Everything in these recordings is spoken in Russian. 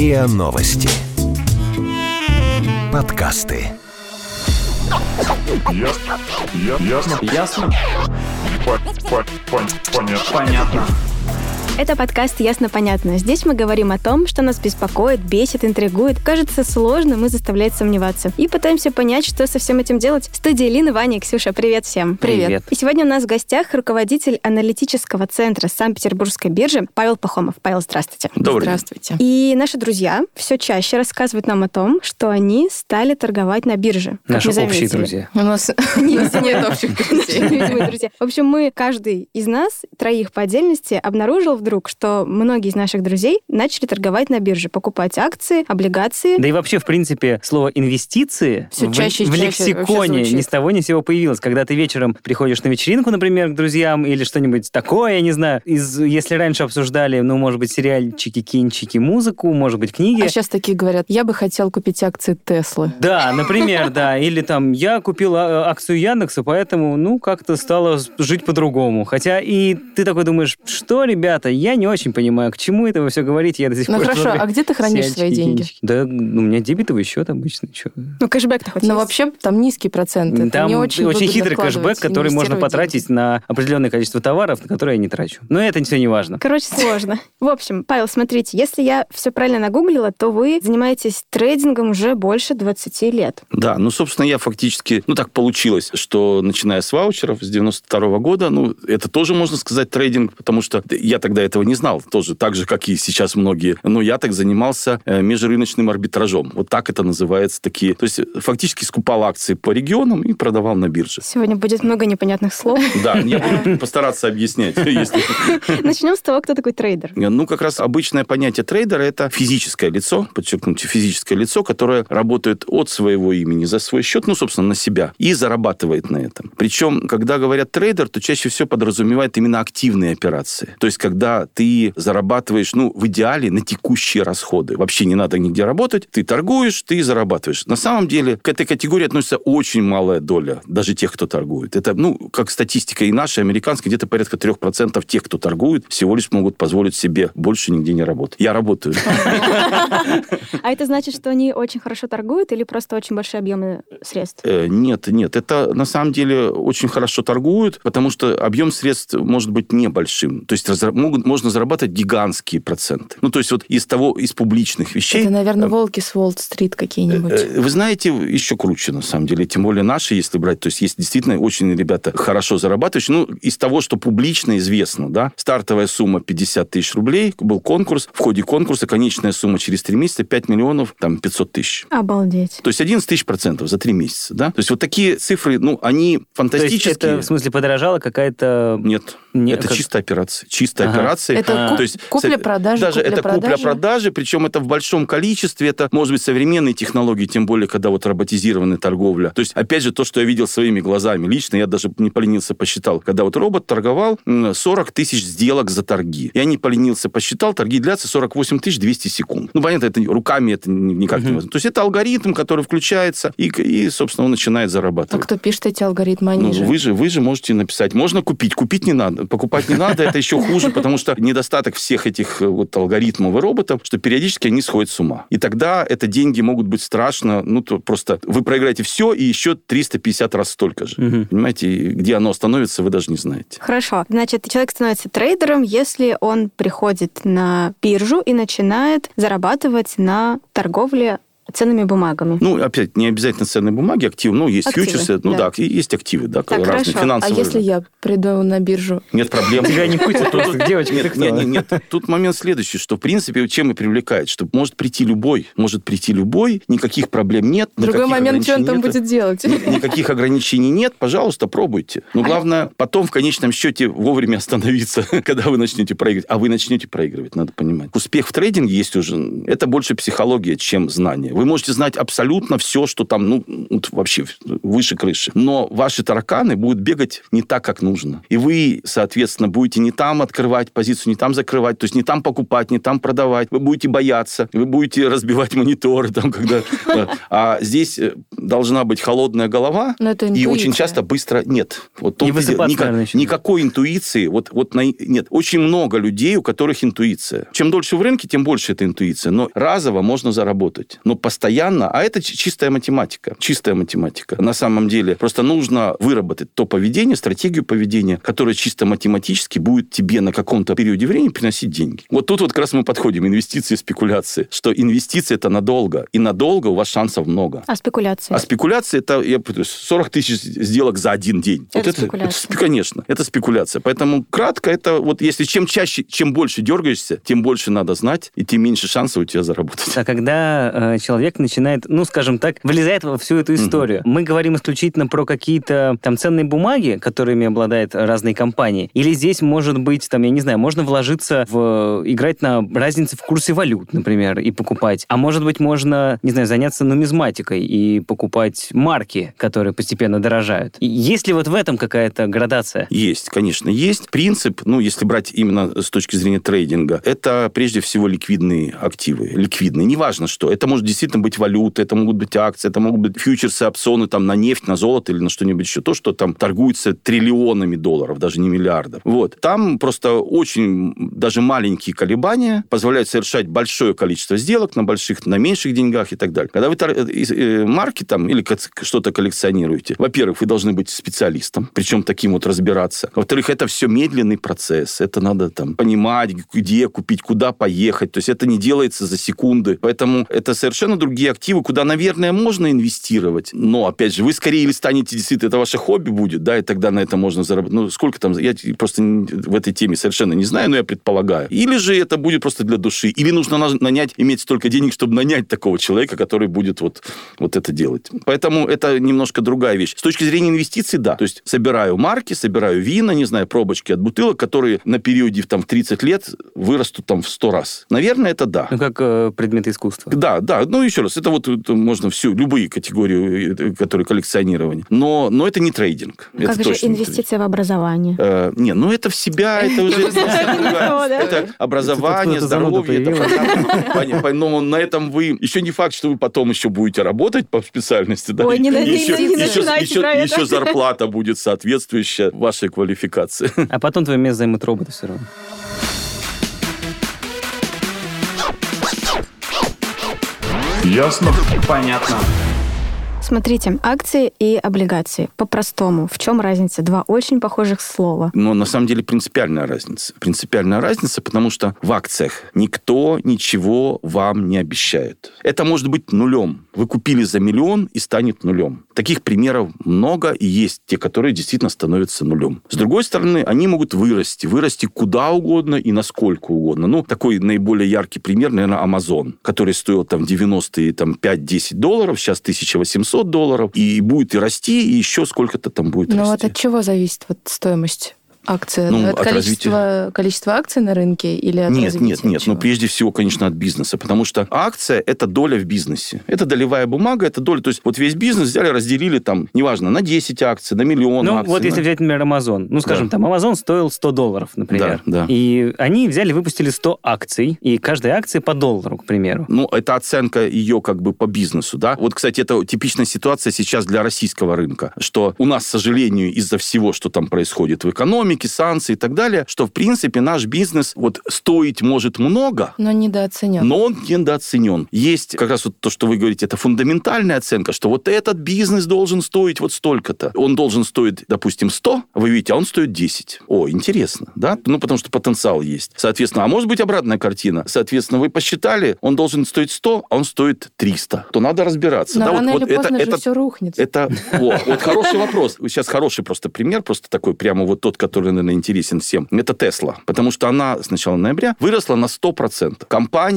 РИА Новости. Подкасты. Ясно? Понятно. Это подкаст «Ясно-понятно». Здесь мы говорим о том, что нас беспокоит, бесит, интригует, кажется сложным и заставляет сомневаться. И пытаемся понять, что со всем этим делать. В студии Лина, Ваня и Ксюша. Привет всем. Привет. И сегодня у нас в гостях руководитель аналитического центра Санкт-Петербургской биржи Павел Пахомов. Павел, здравствуйте. Здравствуйте. И наши друзья все чаще рассказывают нам о том, что они стали торговать на бирже. Наши общие друзья. У нас нет общих друзей. В общем, каждый из нас, троих по отдельности, обнаружил вдруг, что многие из наших друзей начали торговать на бирже, покупать акции, облигации. Да и вообще, в принципе, слово «инвестиции» Всё чаще и в чаще лексиконе вообще ни с того ни с сего появилось. Когда ты вечером приходишь на вечеринку, например, к друзьям или что-нибудь такое, я не знаю, если раньше обсуждали, может быть, сериальчики, кинчики, музыку, может быть, книги. А сейчас такие говорят, я бы хотел купить акции Теслы. Да, например, да. Или там, я купил акцию Яндекса, поэтому, как-то стало жить по-другому. Хотя и ты такой думаешь, что, ребята, я не очень понимаю, к чему это вы все говорите, я до сих пор... Ну хорошо, а где ты хранишь свои деньги? Кинчики. Да, у меня дебетовый счет обычно. Кэшбэк-то хоть Но есть? вообще там низкий процент. Это Там не очень хитрый кэшбэк, который можно потратить деньги. на определенное количество товаров, на которые я не трачу. Но это все не важно. Короче, сложно. В общем, Павел, смотрите, если я все правильно нагуглила, то вы занимаетесь трейдингом уже больше 20 лет. Да, собственно, я фактически, так получилось, что начиная с ваучеров с 92 года, это тоже, можно сказать, трейдинг, потому что я тогда этого не знал, тоже так же, как и сейчас многие. Но я так занимался межрыночным арбитражом. Вот так это называется такие. То есть фактически скупал акции по регионам и продавал на бирже. Сегодня будет много непонятных слов. Да, я буду постараться объяснять. Начнем с того, кто такой трейдер. Как раз обычное понятие трейдера – это физическое лицо, подчеркните, физическое лицо, которое работает от своего имени за свой счет, собственно, на себя, и зарабатывает на этом. Причем, когда говорят трейдер, то чаще всего подразумевает именно активные операции. То есть, когда ты зарабатываешь, в идеале, на текущие расходы. Вообще не надо нигде работать. Ты торгуешь, ты зарабатываешь. На самом деле, к этой категории относится очень малая доля, даже тех, кто торгует. Это, как статистика и наша, и американская, где-то порядка 3% тех, кто торгует, всего лишь могут позволить себе больше нигде не работать. Я работаю. А это значит, что они очень хорошо торгуют или просто очень большие объемы средств? Нет. Это, на самом деле, очень хорошо торгуют, потому что объем средств может быть небольшим. То есть можно зарабатывать гигантские проценты. То есть из публичных вещей... Это, наверное, волки с Уолл-стрит какие-нибудь. Вы знаете, еще круче, на самом деле. Тем более наши, если брать. То есть есть действительно очень ребята хорошо зарабатывающие. Из того, что публично известно, да, стартовая сумма 50 тысяч рублей, был конкурс. В ходе конкурса конечная сумма через 3 месяца 5 миллионов 500 тысяч. Обалдеть. То есть 11 тысяч процентов за 3 месяца, да? То есть вот такие цифры, они фантастические. То есть это, в смысле, подорожала какая-то... Нет. Это чистая операция. Чистая операция. Это купля-продажа. Даже это купля-продажи, причем это в большом количестве. Это, может быть, современные технологии, тем более, когда роботизированная торговля. То есть, опять же, то, что я видел своими глазами лично, я даже не поленился, посчитал. Когда робот торговал 40 тысяч сделок за торги. Я не поленился, посчитал, торги длятся 48 200 секунд. Понятно, это руками это никак невозможно. То есть, это алгоритм, который включается, и, собственно, он начинает зарабатывать. А кто пишет эти алгоритмы? Они же... Вы же можете написать. Можно купить. Купить не надо. Покупать не надо. Это еще хуже, потому что недостаток всех этих алгоритмов и роботов, что периодически они сходят с ума. И тогда это деньги могут быть страшно. То просто вы проиграете все и еще 350 раз столько же. Понимаете? И где оно остановится, вы даже не знаете. Хорошо. Значит, человек становится трейдером, если он приходит на биржу и начинает зарабатывать на торговле ценными бумагами. Опять, не обязательно ценные бумаги, активы. Есть активы, фьючерсы. Есть активы, да, так, разные хорошо. финансовые. А если я приду на биржу? Нет проблем. Тебя не пустят просто к девочке. Нет. Тут момент следующий, что, в принципе, чем и привлекает, что может прийти любой, никаких проблем нет. Другой момент, что он там будет делать? Никаких ограничений нет, пожалуйста, пробуйте. Но главное, потом в конечном счете вовремя остановиться, когда вы начнете проигрывать. А вы начнете проигрывать, надо понимать. Успех в трейдинге есть уже... Это больше психология, чем знание. Вы можете знать абсолютно все, что там, вообще выше крыши. Но ваши тараканы будут бегать не так, как нужно. И вы, соответственно, будете не там открывать позицию, не там закрывать, то есть не там покупать, не там продавать. Вы будете бояться, вы будете разбивать мониторы, а здесь должна быть холодная голова, и очень часто быстро нет. Никакой интуиции. Нет. Очень много людей, у которых интуиция. Чем дольше в рынке, тем больше эта интуиция. Но разово можно заработать. Но постоянно, а это чистая математика. Чистая математика. На самом деле просто нужно выработать то поведение, стратегию поведения, которая чисто математически будет тебе на каком-то периоде времени приносить деньги. Вот тут как раз мы подходим. Инвестиции, спекуляции. Что инвестиции это надолго. И надолго у вас шансов много. А спекуляции? А спекуляции это 40 тысяч сделок за один день. Это спекуляция. Конечно, это спекуляция. Поэтому кратко это если чем чаще, чем больше дергаешься, тем больше надо знать, и тем меньше шансов у тебя заработать. А когда человек начинает, скажем так, влезает во всю эту историю, мы говорим исключительно про какие-то там ценные бумаги, которыми обладают разные компании, или здесь может быть, я не знаю, можно вложиться играть на разнице в курсе валют, например, и покупать. А может быть, можно, не знаю, заняться нумизматикой и покупать марки, которые постепенно дорожают. Есть ли в этом какая-то градация? Есть, конечно, есть. Принцип, если брать именно с точки зрения трейдинга, это прежде всего ликвидные активы. Ликвидные. Неважно что. Это может действительно быть валюта, это могут быть акции, это могут быть фьючерсы, опционы на нефть, на золото или на что-нибудь еще. То, что там торгуется триллионами долларов, даже не миллиардов. Там просто очень даже маленькие колебания позволяют совершать большое количество сделок на меньших деньгах и так далее. Когда вы марки или что-то коллекционируете, во-первых, вы должны быть специалистом, причем таким разбираться. Во-вторых, это все медленный процесс. Это надо понимать, где купить, куда поехать. То есть это не делается за секунды. Поэтому это совершенно другие активы, куда, наверное, можно инвестировать. Но, опять же, вы скорее или станете, действительно, это ваше хобби будет, и тогда на это можно заработать. Сколько там, я просто в этой теме совершенно не знаю, но я предполагаю. Или же это будет просто для души. Или нужно иметь столько денег, чтобы нанять такого человека, который будет это делать. Поэтому это немножко другая вещь. С точки зрения инвестиций, да. То есть собираю марки, собираю вина, не знаю, пробочки от бутылок, которые на периоде в 30 лет вырастут в 100 раз. Наверное, это да. Как предметы искусства. Да. Еще раз, это можно любые категории, которые коллекционирование. Но это не трейдинг. Как же инвестиция в образование? Это в себя, это уже это образование, здоровье. Но на этом вы... Еще не факт, что вы потом еще будете работать по специальности. Ой, не начинайте про это. Еще зарплата будет соответствующая вашей квалификации. А потом твое место займут роботы все равно. Ясно? Понятно. Смотрите, акции и облигации. По-простому, в чем разница? Два очень похожих слова. Но на самом деле принципиальная разница. Принципиальная разница, потому что в акциях никто ничего вам не обещает. Это может быть нулем. Вы купили за 1 000 000 и станет нулем. Таких примеров много, и есть те, которые действительно становятся нулем. С другой стороны, они могут вырасти куда угодно и насколько угодно. Такой наиболее яркий пример, наверное, Amazon, который стоил 90-е $5-10, сейчас $1800, и будет и расти, и еще сколько-то там будет расти. Но от чего зависит стоимость акции? От количества акций на рынке или от развития? Нет. Прежде всего, конечно, от бизнеса. Потому что акция – это доля в бизнесе. Это долевая бумага, это доля. То есть весь бизнес взяли, разделили неважно, на 10 акций, на 1 000 000 акций. Если взять, например, Amazon. Скажем, Amazon стоил $100, например. Да. И они выпустили 100 акций, и каждая акция по $1, к примеру. Это оценка ее по бизнесу, да. Кстати, это типичная ситуация сейчас для российского рынка, что у нас, к сожалению, из-за всего, что там происходит в экономике, санкции и так далее, что, в принципе, наш бизнес стоить может много, но недооценен. Но он недооценен. Есть как раз то, что вы говорите, это фундаментальная оценка, что этот бизнес должен стоить столько-то. Он должен стоить, допустим, 100, вы видите, а он стоит 10. О, интересно, да? Потому что потенциал есть. Соответственно, а может быть обратная картина. Соответственно, вы посчитали, он должен стоить 100, а он стоит 300. То надо разбираться. Но рано или поздно же все рухнет. Это хороший вопрос. Сейчас хороший просто пример, просто такой прямо тот, который, наверное, интересен всем. Это Tesla. Потому что она с начала ноября выросла на 100%. Компания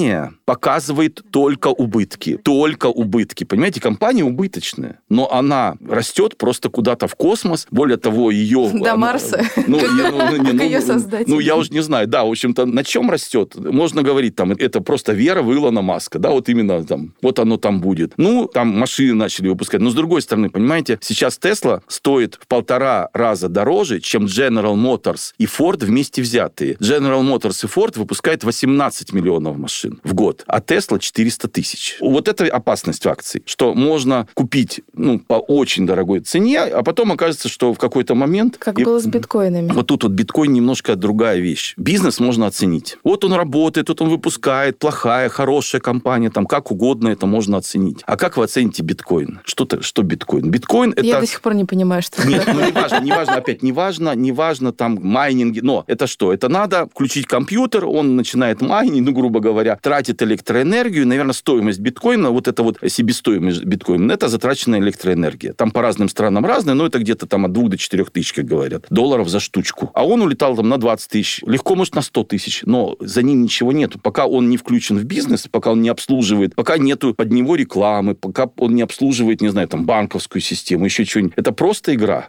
показывает только убытки. Только убытки. Понимаете, компания убыточная, но она растет просто куда-то в космос. Более того, ее... До Марса. Как ее создать? Я уже не знаю. Да, в общем-то, на чем растет? Можно говорить, там, это просто вера в Илона Маска. Да, вот именно там, вот оно там будет. Там машины начали выпускать. Но с другой стороны, понимаете, сейчас Tesla стоит в 1,5 раза дороже, чем General Motors и Ford вместе взятые. General Motors и Ford выпускают 18 миллионов машин в год, а Tesla 400 тысяч. Вот это опасность акций, что можно купить по очень дорогой цене, а потом окажется, что в какой-то момент... Как было с биткоинами. Вот тут вот биткоин немножко другая вещь. Бизнес можно оценить. Вот он работает, вот он выпускает, плохая, хорошая компания, там как угодно это можно оценить. А как вы оцените биткоин? Что биткоин? Биткоин это... Я до сих пор не понимаю, что Нет, не важно там майнинги, но это что? Это надо включить компьютер, он начинает майнить, грубо говоря, тратит электроэнергию, наверное, стоимость биткоина, вот это вот себестоимость биткоина, это затраченная электроэнергия. Там по разным странам разные, но это где-то там от 2 до 4 тысяч, как говорят, долларов за штучку. А он улетал там на 20 тысяч, легко, может, на 100 тысяч, но за ним ничего нету. Пока он не включен в бизнес, пока он не обслуживает, пока нету под него рекламы, пока он не обслуживает, не знаю, там, банковскую систему, еще что-нибудь. Это просто игра.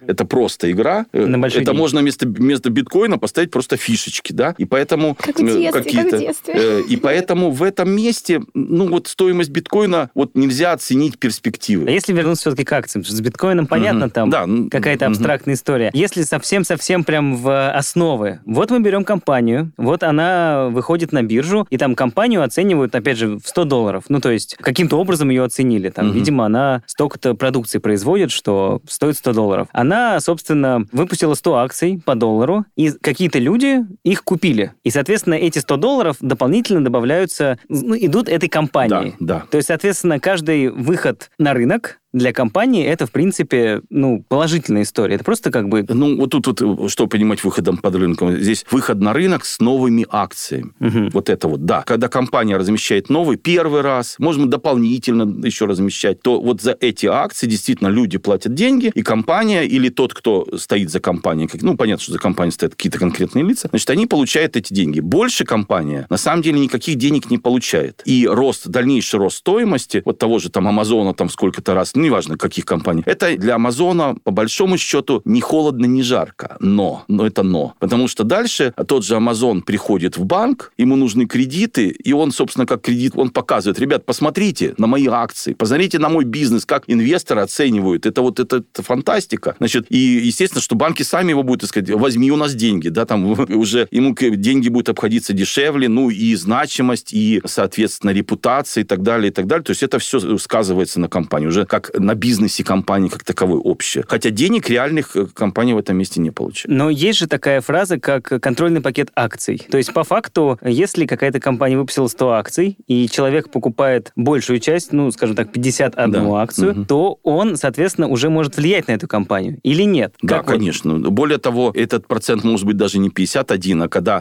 Это можно вместо биткоина поставить просто фишечки, да? И поэтому как в детстве. И поэтому в этом месте, стоимость биткоина нельзя оценить перспективы. А если вернуться все-таки к акциям? С биткоином понятно, там какая-то абстрактная история. Если совсем прям в основы. Вот мы берем компанию, вот она выходит на биржу, и там компанию оценивают, опять же, в $100. То есть каким-то образом ее оценили. Там, видимо, она столько-то продукции производит, что стоит $100. Она, собственно, выпустила 100 акций по $1, и какие-то люди их купили. И, соответственно, эти $100 дополнительно добавляются, идут этой компании. Да. То есть, соответственно, каждый выход на рынок для компании это, в принципе, положительная история. Это просто как бы... Вот тут что понимать выходом под рынком? Здесь выход на рынок с новыми акциями. Вот это вот, да. Когда компания размещает новый первый раз, можем дополнительно еще размещать, то вот за эти акции действительно люди платят деньги, и компания или тот, кто стоит за компанией, понятно, что за компанией стоят какие-то конкретные лица, значит, они получают эти деньги. Больше компания, на самом деле, никаких денег не получает. И дальнейший рост стоимости, вот того же там Амазона там сколько-то раз, неважно, каких компаний. Это для Амазона, по большому счету, не холодно, не жарко. Но это но. Потому что дальше тот же Амазон приходит в банк, ему нужны кредиты, и он, собственно, как кредит, он показывает, ребят, посмотрите на мои акции, посмотрите на мой бизнес, как инвесторы оценивают. Это фантастика. Значит, и, естественно, что банки сами его будут искать, возьми у нас деньги, да, там уже ему деньги будут обходиться дешевле, и значимость, и, соответственно, репутация, и так далее, и так далее. То есть это все сказывается на компании. Уже как на бизнесе компании как таковой общее. Хотя денег реальных компания в этом месте не получает. Но есть же такая фраза, как контрольный пакет акций. То есть, по факту, если какая-то компания выпустила 100 акций, и человек покупает большую часть, скажем так, 51 акцию, то он, соответственно, уже может влиять на эту компанию. Или нет? Да, конечно. Более того, этот процент может быть даже не 51, а когда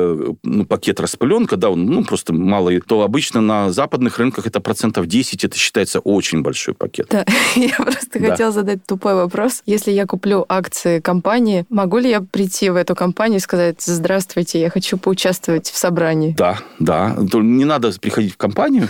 пакет распылен, когда он просто малый, то обычно на западных рынках это 10%, это считается очень большой пакет. Да, я просто хотела задать тупой вопрос. Если я куплю акции компании, могу ли я прийти в эту компанию и сказать: здравствуйте, я хочу поучаствовать в собрании? Да. Не надо приходить в компанию,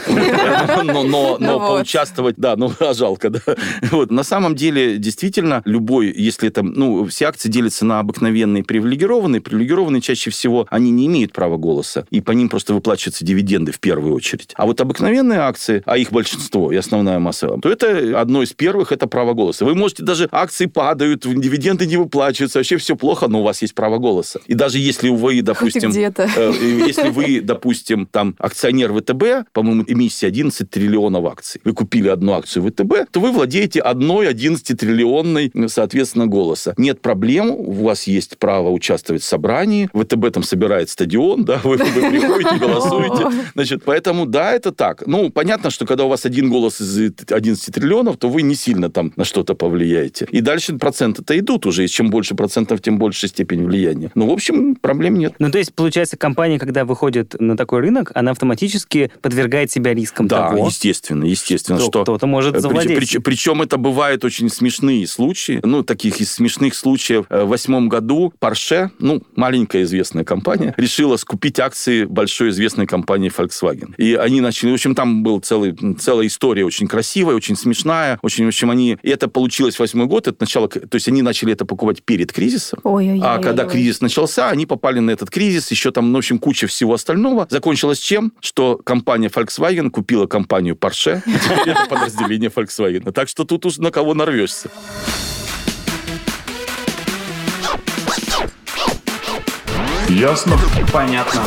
но поучаствовать, жалко, да. На самом деле, действительно, любой, если это, все акции делятся на обыкновенные и привилегированные. Привилегированные чаще всего, они не имеют права голоса, и по ним просто выплачиваются дивиденды в первую очередь. А вот обыкновенные акции, а их большинство, и основная масса, то это одно из первых, это право голоса. Вы можете, даже акции падают, дивиденды не выплачиваются, вообще все плохо, но у вас есть право голоса. И даже если вы, допустим... Если вы, допустим, там, акционер ВТБ, по-моему, эмиссия 11 триллионов акций, вы купили одну акцию ВТБ, то вы владеете одной 11-триллионной, соответственно, голоса. Нет проблем, у вас есть право участвовать в собрании, ВТБ там собирает стадион, да, вы приходите, голосуете. Значит, поэтому, да, это так. Понятно, что когда у вас один голос из 11 триллионов, миллионов, то вы не сильно там на что-то повлияете. И дальше проценты-то идут уже, и чем больше процентов, тем больше степень влияния. Ну, в общем, проблем нет. Ну, то есть, получается, компания, когда выходит на такой рынок, она автоматически подвергает себя рискам того, естественно, что кто-то может завладеть. Причем это бывают очень смешные случаи. Ну, таких из смешных случаев. В 2008 году Porsche, маленькая известная компания, решила скупить акции большой известной компании Volkswagen. И они начали... В общем, там была целая история очень красивая, очень смешная. Очень, в общем, и это получилось в 2008 год. Это начало... То есть они начали это покупать перед кризисом. А когда кризис начался, они попали на этот кризис. Еще там, в общем, куча всего остального. Закончилось чем? Что компания Volkswagen купила компанию Porsche. И теперь это подразделение Volkswagen. Так что тут уж на кого нарвешься. Ясно? Понятно.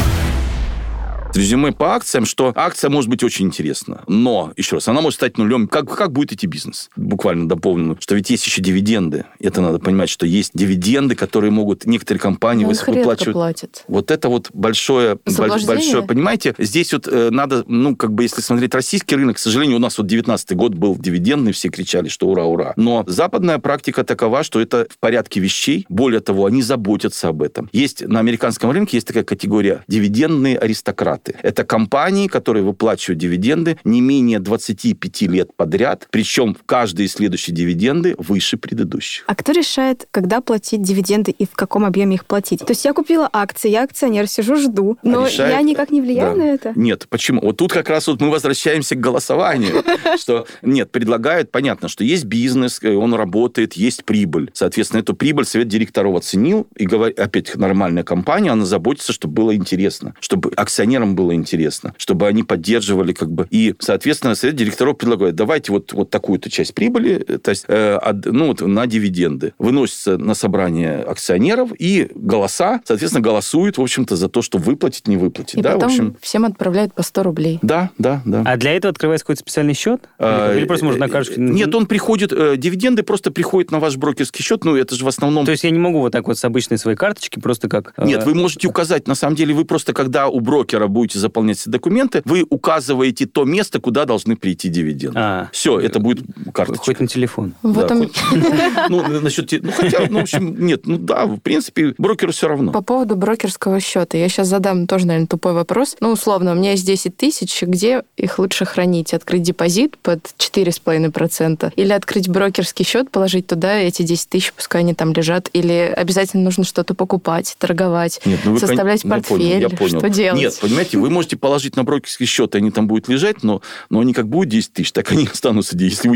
Резюме по акциям, что акция может быть очень интересна, но, еще раз, она может стать нулем. Как будет идти бизнес? Буквально дополню, что ведь есть еще дивиденды. Это надо понимать, что есть дивиденды, которые могут некоторые компании выплачивать. Платят. Вот это вот большое, понимаете? Здесь вот надо, если смотреть российский рынок, к сожалению, у нас вот 19-й год был дивидендный, все кричали, что ура, ура. Но западная практика такова, что это в порядке вещей. Более того, они заботятся об этом. Есть на американском рынке есть такая категория дивидендные аристократы. Это компании, которые выплачивают дивиденды не менее 25 лет подряд, причем каждые следующие дивиденды выше предыдущих. А кто решает, когда платить дивиденды и в каком объеме их платить? То есть я купила акции, я акционер, сижу, жду, но я никак не влияю на это? Нет, почему? Вот тут как раз вот мы возвращаемся к голосованию, что нет, предлагают, понятно, что есть бизнес, он работает, есть прибыль. Соответственно, эту прибыль совет директоров оценил, и опять нормальная компания, она заботится, чтобы было интересно, чтобы акционерам было интересно, чтобы они поддерживали И, соответственно, совет директоров предлагает, давайте вот такую-то часть прибыли, то есть, на дивиденды. Выносится на собрание акционеров, и голоса, соответственно, голосуют, в общем-то, за то, что выплатить, не выплатить. И потом всем отправляют по 100 рублей. Да. А для этого открывается какой-то специальный счет? Или просто можно на карточке? Нет, он приходит, дивиденды просто приходят на ваш брокерский счет, это же в основном... То есть я не могу вот так вот с обычной своей карточки просто как... Нет, вы можете указать, на самом деле, вы просто, когда у брокера будете заполнять все документы, вы указываете то место, куда должны прийти дивиденды. Все, это будет карточка. Хоть на телефон. Насчет... в общем, нет, в принципе, брокеру все равно. По поводу брокерского счета. Я сейчас задам тоже, наверное, тупой вопрос. Условно, у меня есть 10 тысяч, где их лучше хранить? Открыть депозит под 4,5% или открыть брокерский счет, положить туда эти 10 тысяч, пускай они там лежат, или обязательно нужно что-то покупать, торговать, составлять портфель? Я понял. Что делать? Нет, понимаете, вы можете положить на брокерский счет, и они там будут лежать, но они как будут 10 тысяч, так они останутся 10. Если вы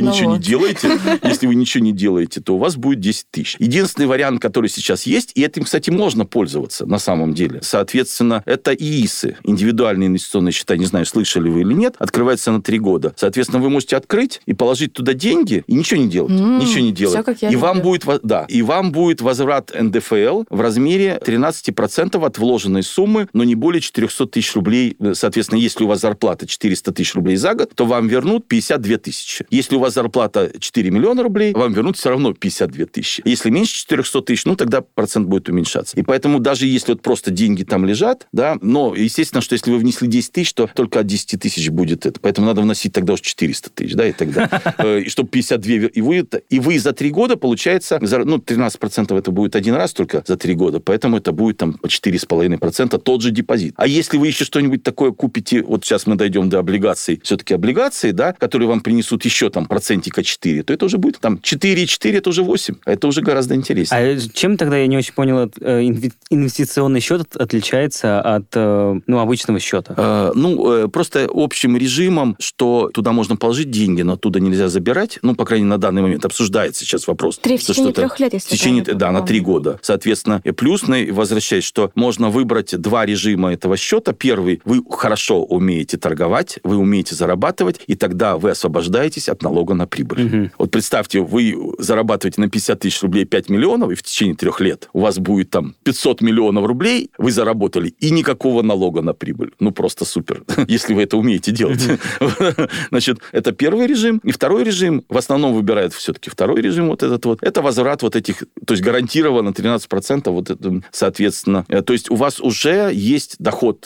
ничего не делаете, то у вас будет 10 тысяч. Единственный вариант, который сейчас есть, и этим, кстати, можно пользоваться на самом деле. Соответственно, это ИИСы, индивидуальные инвестиционные счета, не знаю, слышали вы или нет, открывается на 3 года. Соответственно, вы можете открыть и положить туда деньги, и ничего не делать. Ничего не делать. Все, как я и вам будет возврат НДФЛ в размере 13% от вложенной суммы, но не более 400 тысяч рублей. Соответственно, если у вас зарплата 400 тысяч рублей за год, то вам вернут 52 тысячи. Если у вас зарплата 4 миллиона рублей, вам вернут все равно 52 тысячи. Если меньше 400 тысяч, тогда процент будет уменьшаться. И поэтому даже если вот просто деньги там лежат, но, естественно, что если вы внесли 10 тысяч, то только от 10 тысяч будет это. Поэтому надо вносить тогда уж 400 тысяч, и тогда. И чтобы 52... И вы за 3 года, получается, 13% это будет один раз только за 3 года, поэтому это будет там 4,5% тот же депозит. А если вы еще что-нибудь такое купите, вот сейчас мы дойдем до облигаций, все-таки облигации, которые вам принесут еще там 4%, то это уже будет там 4,4, это уже 8. Это уже гораздо интереснее. А чем тогда, я не очень понял, инвестиционный счет отличается от обычного счета? Просто общим режимом, что туда можно положить деньги, но оттуда нельзя забирать. По крайней мере, на данный момент обсуждается сейчас вопрос. В течение 3 лет, если в течение, на 3 года. Соответственно, плюс, возвращаясь, что можно выбрать 2 режима этого счета. Первый, вы хорошо умеете торговать, вы умеете зарабатывать, и тогда вы освобождаетесь от налога на прибыль. Угу. Вот представьте, вы зарабатываете на 50 тысяч рублей 5 миллионов, и в течение 3 лет у вас будет там 500 миллионов рублей, вы заработали, и никакого налога на прибыль. Просто супер, если вы это умеете делать. Значит, это первый режим. И второй режим, в основном выбирают все-таки второй режим, это возврат этих, то есть гарантированно 13%, соответственно. То есть у вас уже есть доход, вы еще ничего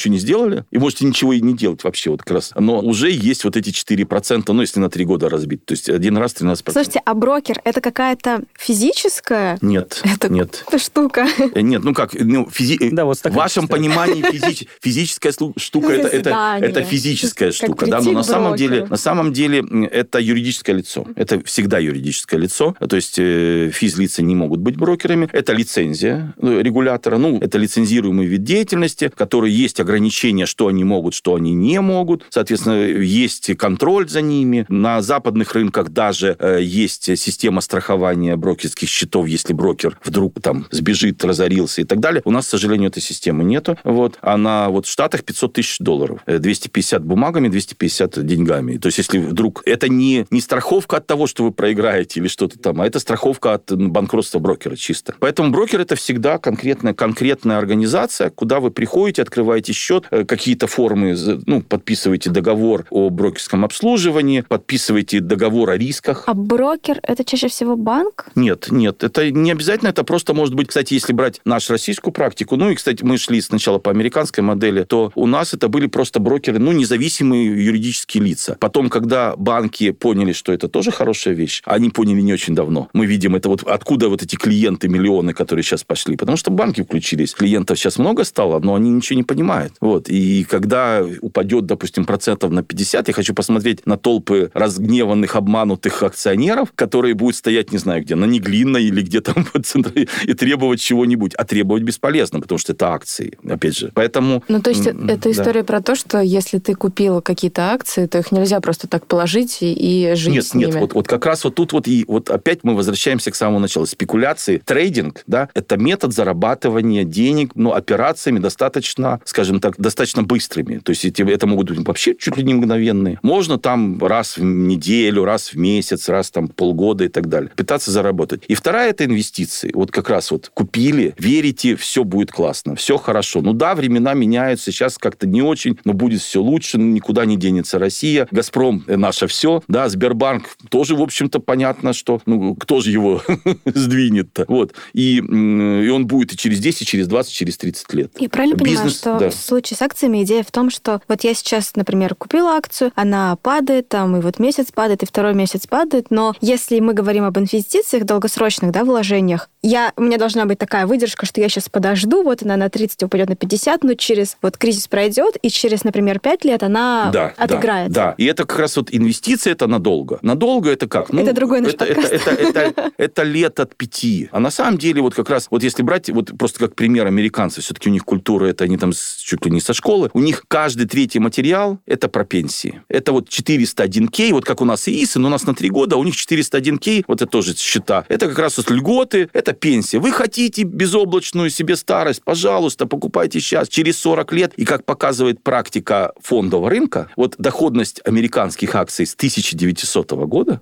ничего не сделали, и можете ничего и не делать вообще вот как раз. Но уже есть вот эти 4%, ну, если на 3 года разбить. То есть один раз 13%. Слушайте, а брокер — это какая-то физическая? Нет, нет. Это штука. Нет, ну как, Да, вот в вашем понимании физическая штука это физическая штука, да, но на самом деле это юридическое лицо. Это всегда юридическое лицо, то есть физлица не могут быть брокерами. Это лицензия регулятора, ну, это лицензируемый вид деятельности, в которой есть ограничения, что они могут, что они не могут. Соответственно, есть контроль за ними. На западных рынках даже есть система страхования брокерских счетов, если брокер вдруг там сбежит, разорился и так далее. У нас, к сожалению, этой системы нету. Вот. А в Штатах $500 тысяч. 250 бумагами, 250 деньгами. То есть, если вдруг... Это не страховка от того, что вы проиграете или что-то там, а это страховка от банкротства брокера чисто. Поэтому брокер — это всегда конкретная организация, куда вы приходите, открываете счет, какие-то формы, ну, подписываете договор о брокерском обслуживании, подписываете договор о рисках. А брокер — это чаще всего банк? Нет, это не обязательно, это просто может быть, кстати, если брать нашу российскую практику, ну и, кстати, мы шли сначала по американской модели, то у нас это были просто брокеры, ну, независимые юридические лица. Потом, когда банки поняли, что это тоже хорошая вещь, они поняли не очень давно. Мы видим это вот откуда вот эти клиенты, миллионы, которые сейчас пошли. Потому что банки включились. Клиентов сейчас много стало, но они ничего не понимают. Вот. И когда упадет, допустим, процентов на 50, я хочу посмотреть на толпы разгневанных, обманутых акционеров, которые будут стоять, не знаю где, на Неглинной или где там по центру, и требовать чего-нибудь. А требовать бесполезно, потому что это акции, опять же. Поэтому... Ну, то есть, это история про то, что если ты купил какие-то акции, то их нельзя просто так положить и жить с ними. Нет, вот как раз вот тут вот опять мы возвращаемся к самому началу. Спекуляции, трейдинг, да, это метод зарабатывания денег, но операциями достаточно, скажем так, достаточно быстрыми. То есть это могут быть вообще чуть ли не мгновенные. Можно там раз в неделю, раз в месяц, раз там полгода и так далее. Пытаться заработать. И вторая — это инвестиции. Вот как раз вот купили, верите, все будет классно, все хорошо. Ну да, времена меняются, сейчас как-то не очень, но будет все лучше, никуда не денется Россия. «Газпром» — наше все. Да, Сбербанк тоже, в общем-то, понятно, что кто же его сдвинет-то. Вот. И он будет и через 10, через 20, через 30 лет. Я правильно понимаю, что в случае с акциями идея в том, что вот я сейчас, например, купила акцию, она падает, там, и вот месяц падает, и второй месяц падает, но если мы говорим об инвестициях долгосрочных, да, вложениях, у меня должна быть такая выдержка, что я сейчас подожду, вот она на 30 упадет на 50, но через вот кризис пройдет, и через, например, 5 лет она отыграется. Да, и это как раз вот инвестиции, это надолго. Надолго это как? Это другой наш подкаст. Это лет от 5. А на самом деле вот как раз, вот если брать, вот просто как пример американцы, все-таки у них культура, это они там чуть ли не со школы, у них каждый третий материал – это про пенсии. Это вот 401К, вот как у нас и ИСы, но у нас на 3 года, а у них 401К, вот это тоже счета. Это как раз вот льготы, это пенсия. Вы хотите безоблачную себе старость, пожалуйста, покупайте сейчас, через 40 лет. И как показывает практика фондового рынка, вот доходность американских акций с 1900 года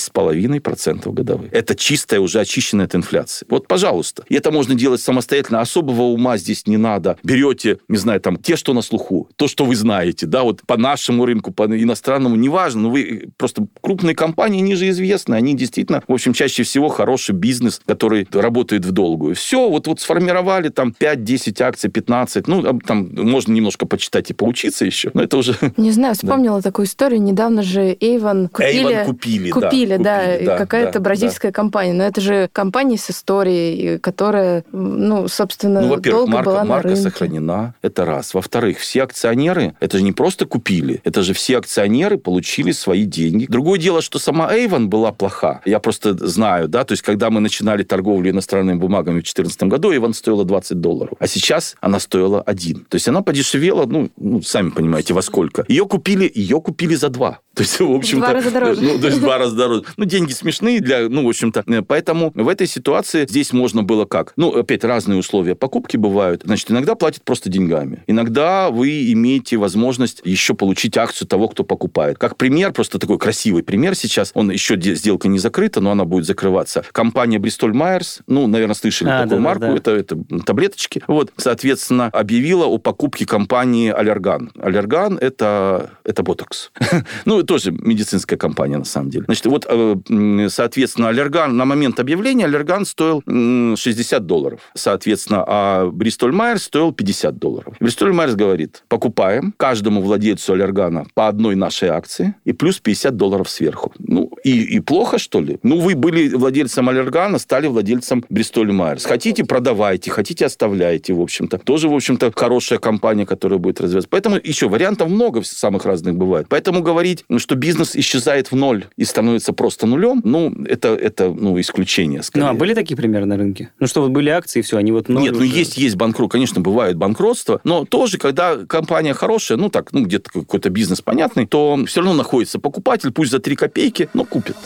6,5% годовых. Это чистая, уже очищенная от инфляции. Вот, пожалуйста. И это можно делать самостоятельно. Особого ума здесь не надо. Берете, не знаю, там, те, что на слуху, то, что вы знаете, да, вот по нашему рынку, по иностранному, неважно, но вы просто крупные компании, они же известны, они действительно, в общем, чаще всего хороший бизнес, который работает в долгую. Все, вот сформировали там 5-10 акций, 15, ну, там можно немножко почитать и поучиться еще, но это уже... Не знаю, вспомнила такую историю, недавно же Avon купили, да, какая-то бразильская компания, но это же компания с историей, которая, ну, собственно, во-первых, долго была на рынке. Марка сохранена, это раз. Во-вторых, все акционеры, это же не просто купили, это же все акционеры получили свои деньги. Другое дело, что сама Avon была плоха. Я просто знаю, да, то есть, когда мы начинали торговлю иностранными бумагами в 2014 году, Avon стоила $20, а сейчас она стоила 1. То есть, она подешевела, ну, сами понимаете, во сколько. Ее купили за 2. То есть, в общем-то... 2 раза дороже. Ну, то есть, 2 раза дороже. Ну, деньги смешные для, ну, в общем-то. Поэтому в этой ситуации здесь можно было как? Ну, опять разные условия покупки бывают. Значит, иногда платят просто деньгами. Иногда вы имеете возможность еще получить акцию того, кто покупает. Как пример, просто такой красивый пример сейчас. Еще сделка не закрыта, но она будет закрываться. Компания Bristol Myers, ну, наверное, слышали такую марку. Да. Это таблеточки. Вот, соответственно, объявила о покупке компании Allergan. Allergan – это ботокс. Ну, тоже медицинская компания, на самом деле. Значит, вот, соответственно, Аллерган, на момент объявления Аллерган стоил $60. Соответственно, а Бристоль-Майерс стоил $50. Бристоль-Майерс говорит, покупаем каждому владельцу Аллергана по одной нашей акции и плюс $50 сверху. Ну, и плохо, что ли? Ну, вы были владельцем Аллергана, стали владельцем Бристоль-Майерс. Хотите, продавайте, хотите, оставляйте, в общем-то. Тоже, в общем-то, хорошая компания, которая будет развиваться. Поэтому еще вариантов много самых разных бывает. Поэтому говорить, что бизнес исчезает в ноль и становится просто нулем, ну, это исключение, скорее. Ну, а были такие примеры на рынке? Ну, что вот были акции, и все, они вот ноль. Нет, уже... есть банкрот. Конечно, бывают банкротства, но тоже, когда компания хорошая, где-то какой-то бизнес понятный, то все равно находится покупатель, пусть за 3 копейки, но купит.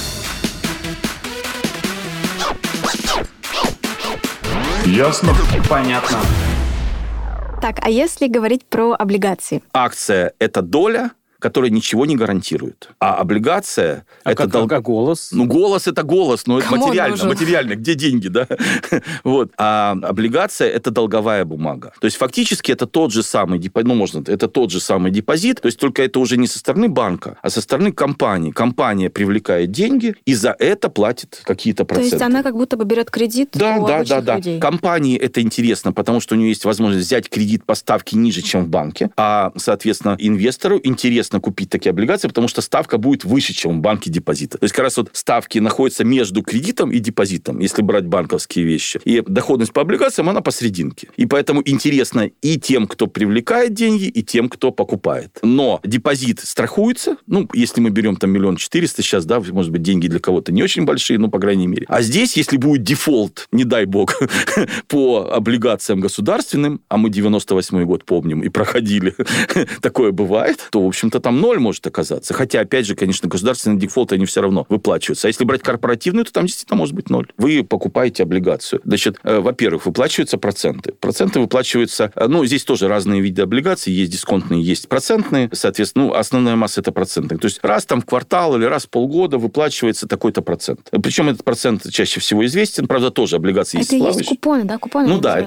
Ясно? Понятно. Так, а если говорить про облигации? Акция – это доля, которая ничего не гарантирует. А облигация... это голос? Ну, голос – это голос, но это Кому материально. Где деньги, да? Вот. А облигация – это долговая бумага. То есть, фактически, это тот же самый депозит, это тот же самый депозит, то есть, только это уже не со стороны банка, а со стороны компании. Компания привлекает деньги и за это платит какие-то проценты. То есть, она как будто бы берет кредит у обычных людей. Компании это интересно, потому что у нее есть возможность взять кредит по ставке ниже, чем в банке, а, соответственно, инвестору интересно купить такие облигации, потому что ставка будет выше, чем в банке депозита. То есть, как раз вот ставки находятся между кредитом и депозитом, если брать банковские вещи. И доходность по облигациям, она посерединке. И поэтому интересно и тем, кто привлекает деньги, и тем, кто покупает. Но депозит страхуется, если мы берем там 1 400 000 сейчас, да, может быть, деньги для кого-то не очень большие, по крайней мере. А здесь, если будет дефолт, не дай бог, по облигациям государственным, а мы 98-й год помним и проходили, такое бывает, то, в общем-то, там 0 может оказаться. Хотя, опять же, конечно, государственные дефолты, они все равно выплачиваются. А если брать корпоративную, то там действительно может быть 0. Вы покупаете облигацию. Значит, во-первых, выплачиваются проценты. Проценты выплачиваются... здесь тоже разные виды облигаций. Есть дисконтные, есть процентные. Соответственно, основная масса – это процентные. То есть, раз там в квартал или раз в полгода выплачивается такой-то процент. Причем этот процент чаще всего известен. Правда, тоже облигации есть плавающие. Это есть купоны, да? Купоны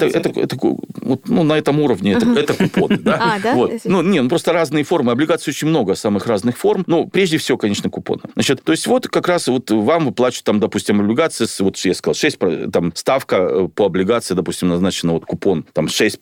на этом уровне это купоны, да? Да? Просто разные формы. Облигаций очень много самых разных форм. Прежде всего, конечно, купоны. Значит, то есть, вот как раз вот вам выплачивают, там, допустим, облигации, вот я сказал, 6%, там, ставка по облигации, допустим, назначена, вот купон, там, 6%,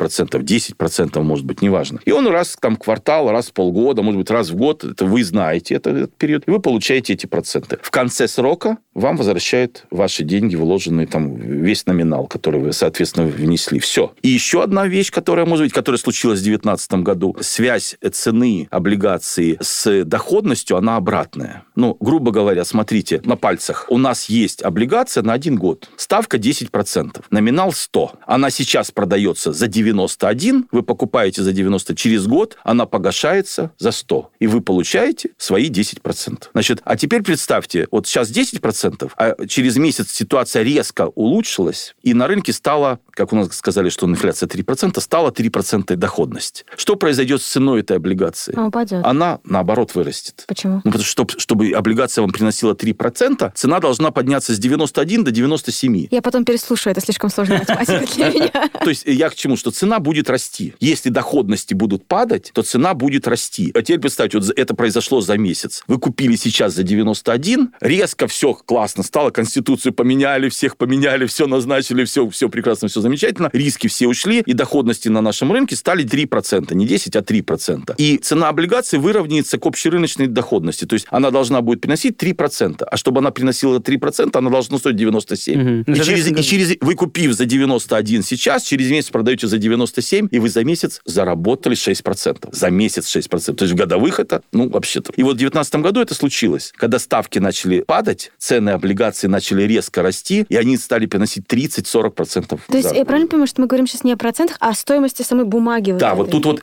10%, может быть, неважно. И он раз там в квартал, раз в полгода, может быть, раз в год, это вы знаете этот период, и вы получаете эти проценты. В конце срока вам возвращают ваши деньги, вложенные там, весь номинал, который вы, соответственно, внесли. Все. И еще одна вещь, которая случилась в 2019 году. Связь цены облигаций с доходностью, она обратная. Грубо говоря, смотрите, на пальцах. У нас есть облигация на 1 год. Ставка 10%. Номинал 100. Она сейчас продается за 91, вы покупаете за 90. Через год она погашается за 100. И вы получаете свои 10%. Значит, а теперь представьте, вот сейчас 10%, а через месяц ситуация резко улучшилась, и на рынке стало, как у нас сказали, что инфляция 3%, стала 3% доходность. Что произойдет с ценой этой облигации? Упадет. Она, наоборот, вырастет. Почему? Потому что, чтобы облигация вам приносила 3%, цена должна подняться с 91 до 97. Я потом переслушаю, это слишком сложная математика для меня. То есть я к чему? Что цена будет расти. Если доходности будут падать, то цена будет расти. А теперь представьте, вот это произошло за месяц. Вы купили сейчас за 91, резко все классно стало, Конституцию поменяли, всех поменяли, все назначили, все прекрасно, все замечательно, риски все ушли, и доходности на нашем рынке стали 3%, не 10, а 3%. И цена облигаций выровняется к общерыночной доходности. То есть она должна будет приносить 3%. А чтобы она приносила 3%, она должна стоить 97. Угу. И вы, купив за 91 сейчас, через месяц продаете за 97, и вы за месяц заработали 6%. За месяц 6%. То есть в годовых это, вообще-то. И вот в 2019 году это случилось. Когда ставки начали падать, цены облигаций начали резко расти, и они стали приносить 30-40%. То есть я правильно понимаю, что мы говорим сейчас не о процентах, а о стоимости самой бумаги? Да, вот тут вот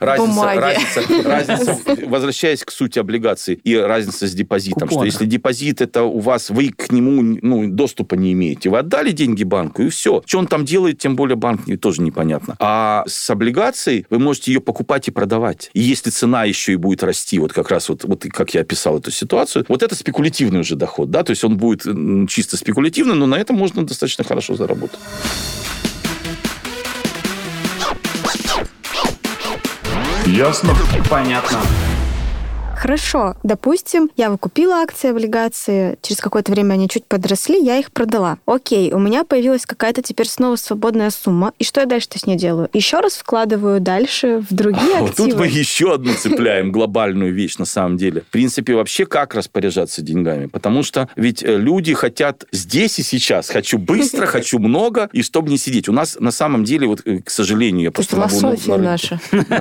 разница, возвращаясь к сути облигаций, и разница с депозитом. Купон. Что если депозит, это у вас, вы к нему доступа не имеете. Вы отдали деньги банку, и все. Что он там делает, тем более банк тоже непонятно. А с облигацией вы можете ее покупать и продавать. И если цена еще и будет расти, вот как раз вот как я описал эту ситуацию, вот это спекулятивный уже доход, да, то есть он будет чисто спекулятивный, но на этом можно достаточно хорошо заработать. Ясно? Понятно. Хорошо, допустим, я выкупила акции, облигации, через какое-то время они чуть подросли, я их продала. Окей, у меня появилась какая-то теперь снова свободная сумма, и что я дальше-то с ней делаю? Еще раз вкладываю дальше в другие активы. Вот тут мы еще одну цепляем глобальную вещь на самом деле. В принципе, вообще как распоряжаться деньгами? Потому что ведь люди хотят здесь и сейчас. Хочу быстро, хочу много, и чтобы не сидеть. У нас на самом деле, вот, к сожалению, я просто могу... Философия наша.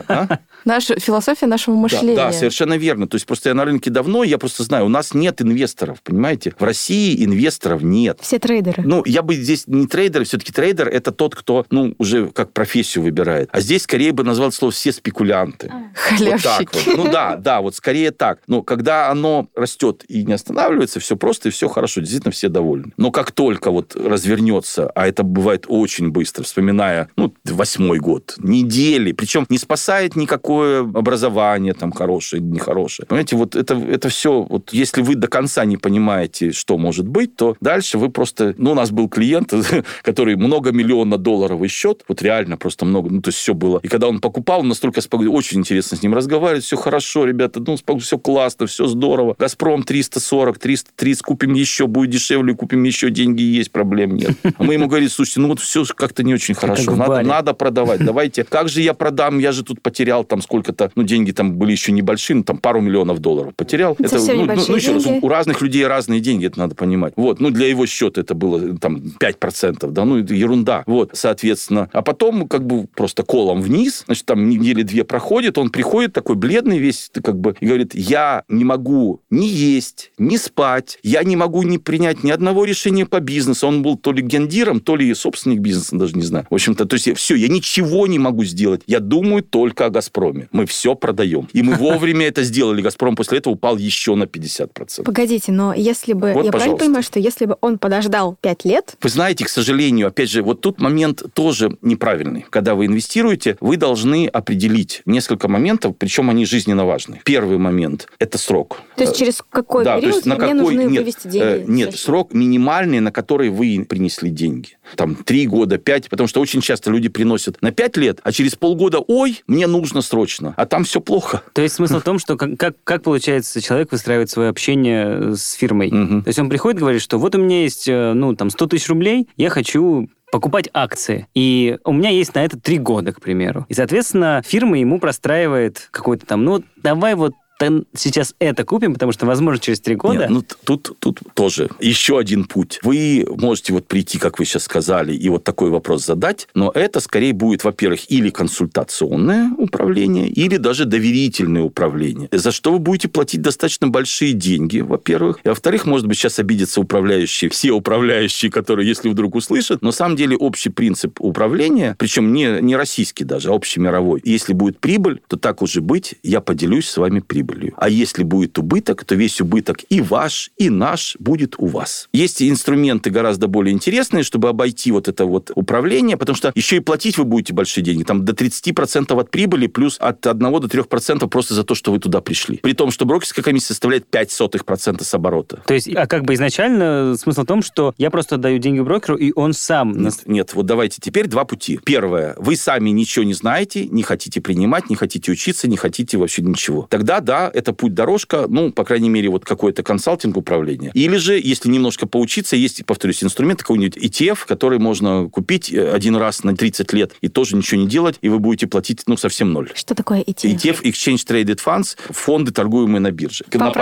Наша философия нашего мышления. Да, совершенно верно. То есть просто я на рынке давно, я просто знаю, у нас нет инвесторов, понимаете? В России инвесторов нет. Все трейдеры. Ну, я бы здесь не трейдер, все-таки трейдер – это тот, кто, уже как профессию выбирает. А здесь скорее бы назвал слово «все спекулянты». Халявщики. Вот так вот. Да, вот скорее так. Но когда оно растет и не останавливается, все просто и все хорошо, действительно все довольны. Но как только вот развернется, а это бывает очень быстро, вспоминая, 8-й год, недели, причем не спасает никакое образование там хорошее, нехорошее. Понимаете, вот это все, вот если вы до конца не понимаете, что может быть, то дальше вы просто... у нас был клиент, который многомиллионно-долларовый счет, вот реально просто много, то есть все было. И когда он покупал, он настолько спокойно, очень интересно с ним разговаривать, все хорошо, ребята, все классно, все здорово. «Газпром» 340, 330, купим еще, будет дешевле, купим еще, деньги есть, проблем нет. А мы ему говорим: слушайте, вот все как-то не очень хорошо, надо продавать, давайте. Как же я продам, я же тут потерял там сколько-то, деньги там были еще небольшие, там пару миллионов долларов потерял. Это, еще раз, у разных людей разные деньги, это надо понимать. Вот, для его счета это было там 5%, да, это ерунда. Вот, соответственно. А потом просто колом вниз, значит, там недели 2 проходит, он приходит такой бледный весь, и говорит: я не могу ни есть, ни спать, я не могу принять ни одного решения по бизнесу. Он был то ли гендиром, то ли собственник бизнеса, даже не знаю. В общем-то, то есть я ничего не могу сделать. Я думаю только о «Газпроме». Мы все продаем. И мы вовремя это сделали. «Газпром» после этого упал еще на 50%. Погодите, но если бы... Я правильно понимаю, что если бы он подождал 5 лет... Вы знаете, к сожалению, опять же, вот тут момент тоже неправильный. Когда вы инвестируете, вы должны определить несколько моментов, причем они жизненно важны. Первый момент – это срок. То есть через какой период мне нужно вывести деньги? Нет, срок минимальный, на который вы принесли деньги. Там 3 года, 5, потому что очень часто люди приносят на 5 лет, а через полгода: ой, мне нужно срочно, а там все плохо. То есть смысл в том, что как получается, человек выстраивает свое общение с фирмой. То есть он приходит и говорит, что вот у меня есть 100 тысяч рублей, я хочу покупать акции. И у меня есть на это 3 года, к примеру. И, соответственно, фирма ему простраивает какой-то там, давай вот сейчас это купим, потому что, возможно, через 3 года... Нет, тут тоже еще один путь. Вы можете прийти, как вы сейчас сказали, и вот такой вопрос задать, но это скорее будет, во-первых, или консультационное управление, или даже доверительное управление, за что вы будете платить достаточно большие деньги, во-первых. И, во-вторых, может быть, сейчас обидятся все управляющие, которые, если вдруг услышат, но на самом деле общий принцип управления, причем не российский даже, а общемировой. Если будет прибыль, то так уже быть, я поделюсь с вами прибылью. А если будет убыток, то весь убыток и ваш, и наш будет у вас. Есть инструменты гораздо более интересные, чтобы обойти вот это вот управление, потому что еще и платить вы будете большие деньги. Там до 30% от прибыли, плюс от 1 до 3% просто за то, что вы туда пришли. При том, что брокерская комиссия составляет 0,05% с оборота. То есть, изначально смысл в том, что я просто отдаю деньги брокеру, и он сам... Нет, вот давайте теперь 2 пути. Первое. Вы сами ничего не знаете, не хотите принимать, не хотите учиться, не хотите вообще ничего. Тогда, да, это путь-дорожка, по крайней мере, вот какой-то консалтинг управления. Или же, если немножко поучиться, есть, повторюсь, инструмент, какой-нибудь ETF, который можно купить один раз на 30 лет и тоже ничего не делать, и вы будете платить, совсем 0. Что такое ETF? ETF, Exchange Traded Funds, фонды, торгуемые на бирже. На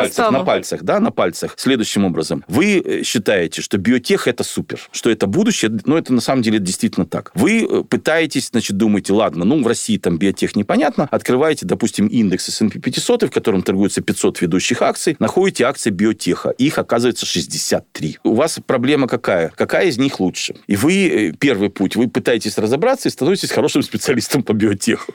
пальцах. Следующим образом. Вы считаете, что биотех – это супер, что это будущее, но это на самом деле действительно так. Вы пытаетесь, думаете, ладно, в России там биотех непонятно, открываете, допустим, индекс S&P 500, в котором торгуется 500 ведущих акций, находите акции биотеха. Их, оказывается, 63. У вас проблема какая? Какая из них лучше? И вы, первый путь, вы пытаетесь разобраться и становитесь хорошим специалистом по биотеху.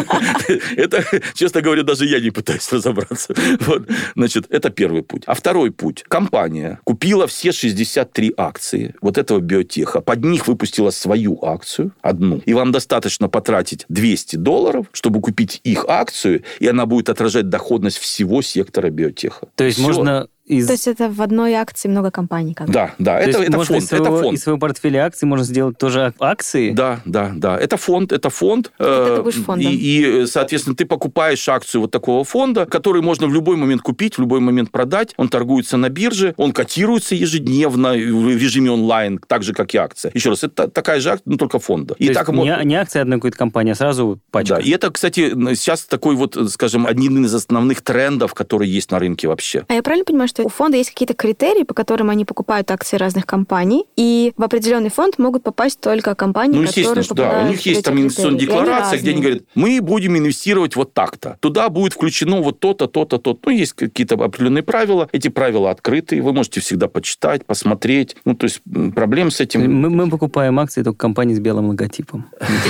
Это, честно говоря, даже я не пытаюсь разобраться. Значит, это первый путь. А второй путь. Компания купила все 63 акции вот этого биотеха. Под них выпустила свою акцию, одну. И вам достаточно потратить $200, чтобы купить их акцию, и она будет отражать доходность всего сектора биотеха. То есть можно То есть это в одной акции много компаний? Как бы? Да, То это есть можно фонд. Это фонд. из своего портфеля акций можно сделать тоже акции? Да. Это фонд. Ты будешь фондом. И, соответственно, ты покупаешь акцию вот такого фонда, который можно в любой момент купить, в любой момент продать. Он торгуется на бирже, он котируется ежедневно в режиме онлайн, так же, как и акция. Еще раз, это такая же акция, но только фонда. То есть не акция одной какой-то компании, а сразу пачка. Да, и это, кстати, сейчас такой вот, скажем, один из основных трендов, которые есть на рынке вообще. А я правильно понимаю, что у фонда есть какие-то критерии, по которым они покупают акции разных компаний, и в определенный фонд могут попасть только компании, которые попадают. Да, у них есть там инвестиционная декларация, где они говорят, мы будем инвестировать вот так-то. Туда будет включено вот то-то, то-то, то-то. Ну, есть какие-то определенные правила. Эти правила открыты, вы можете всегда почитать, посмотреть. Ну, то есть проблем с этим... Мы покупаем акции только компании с белым логотипом.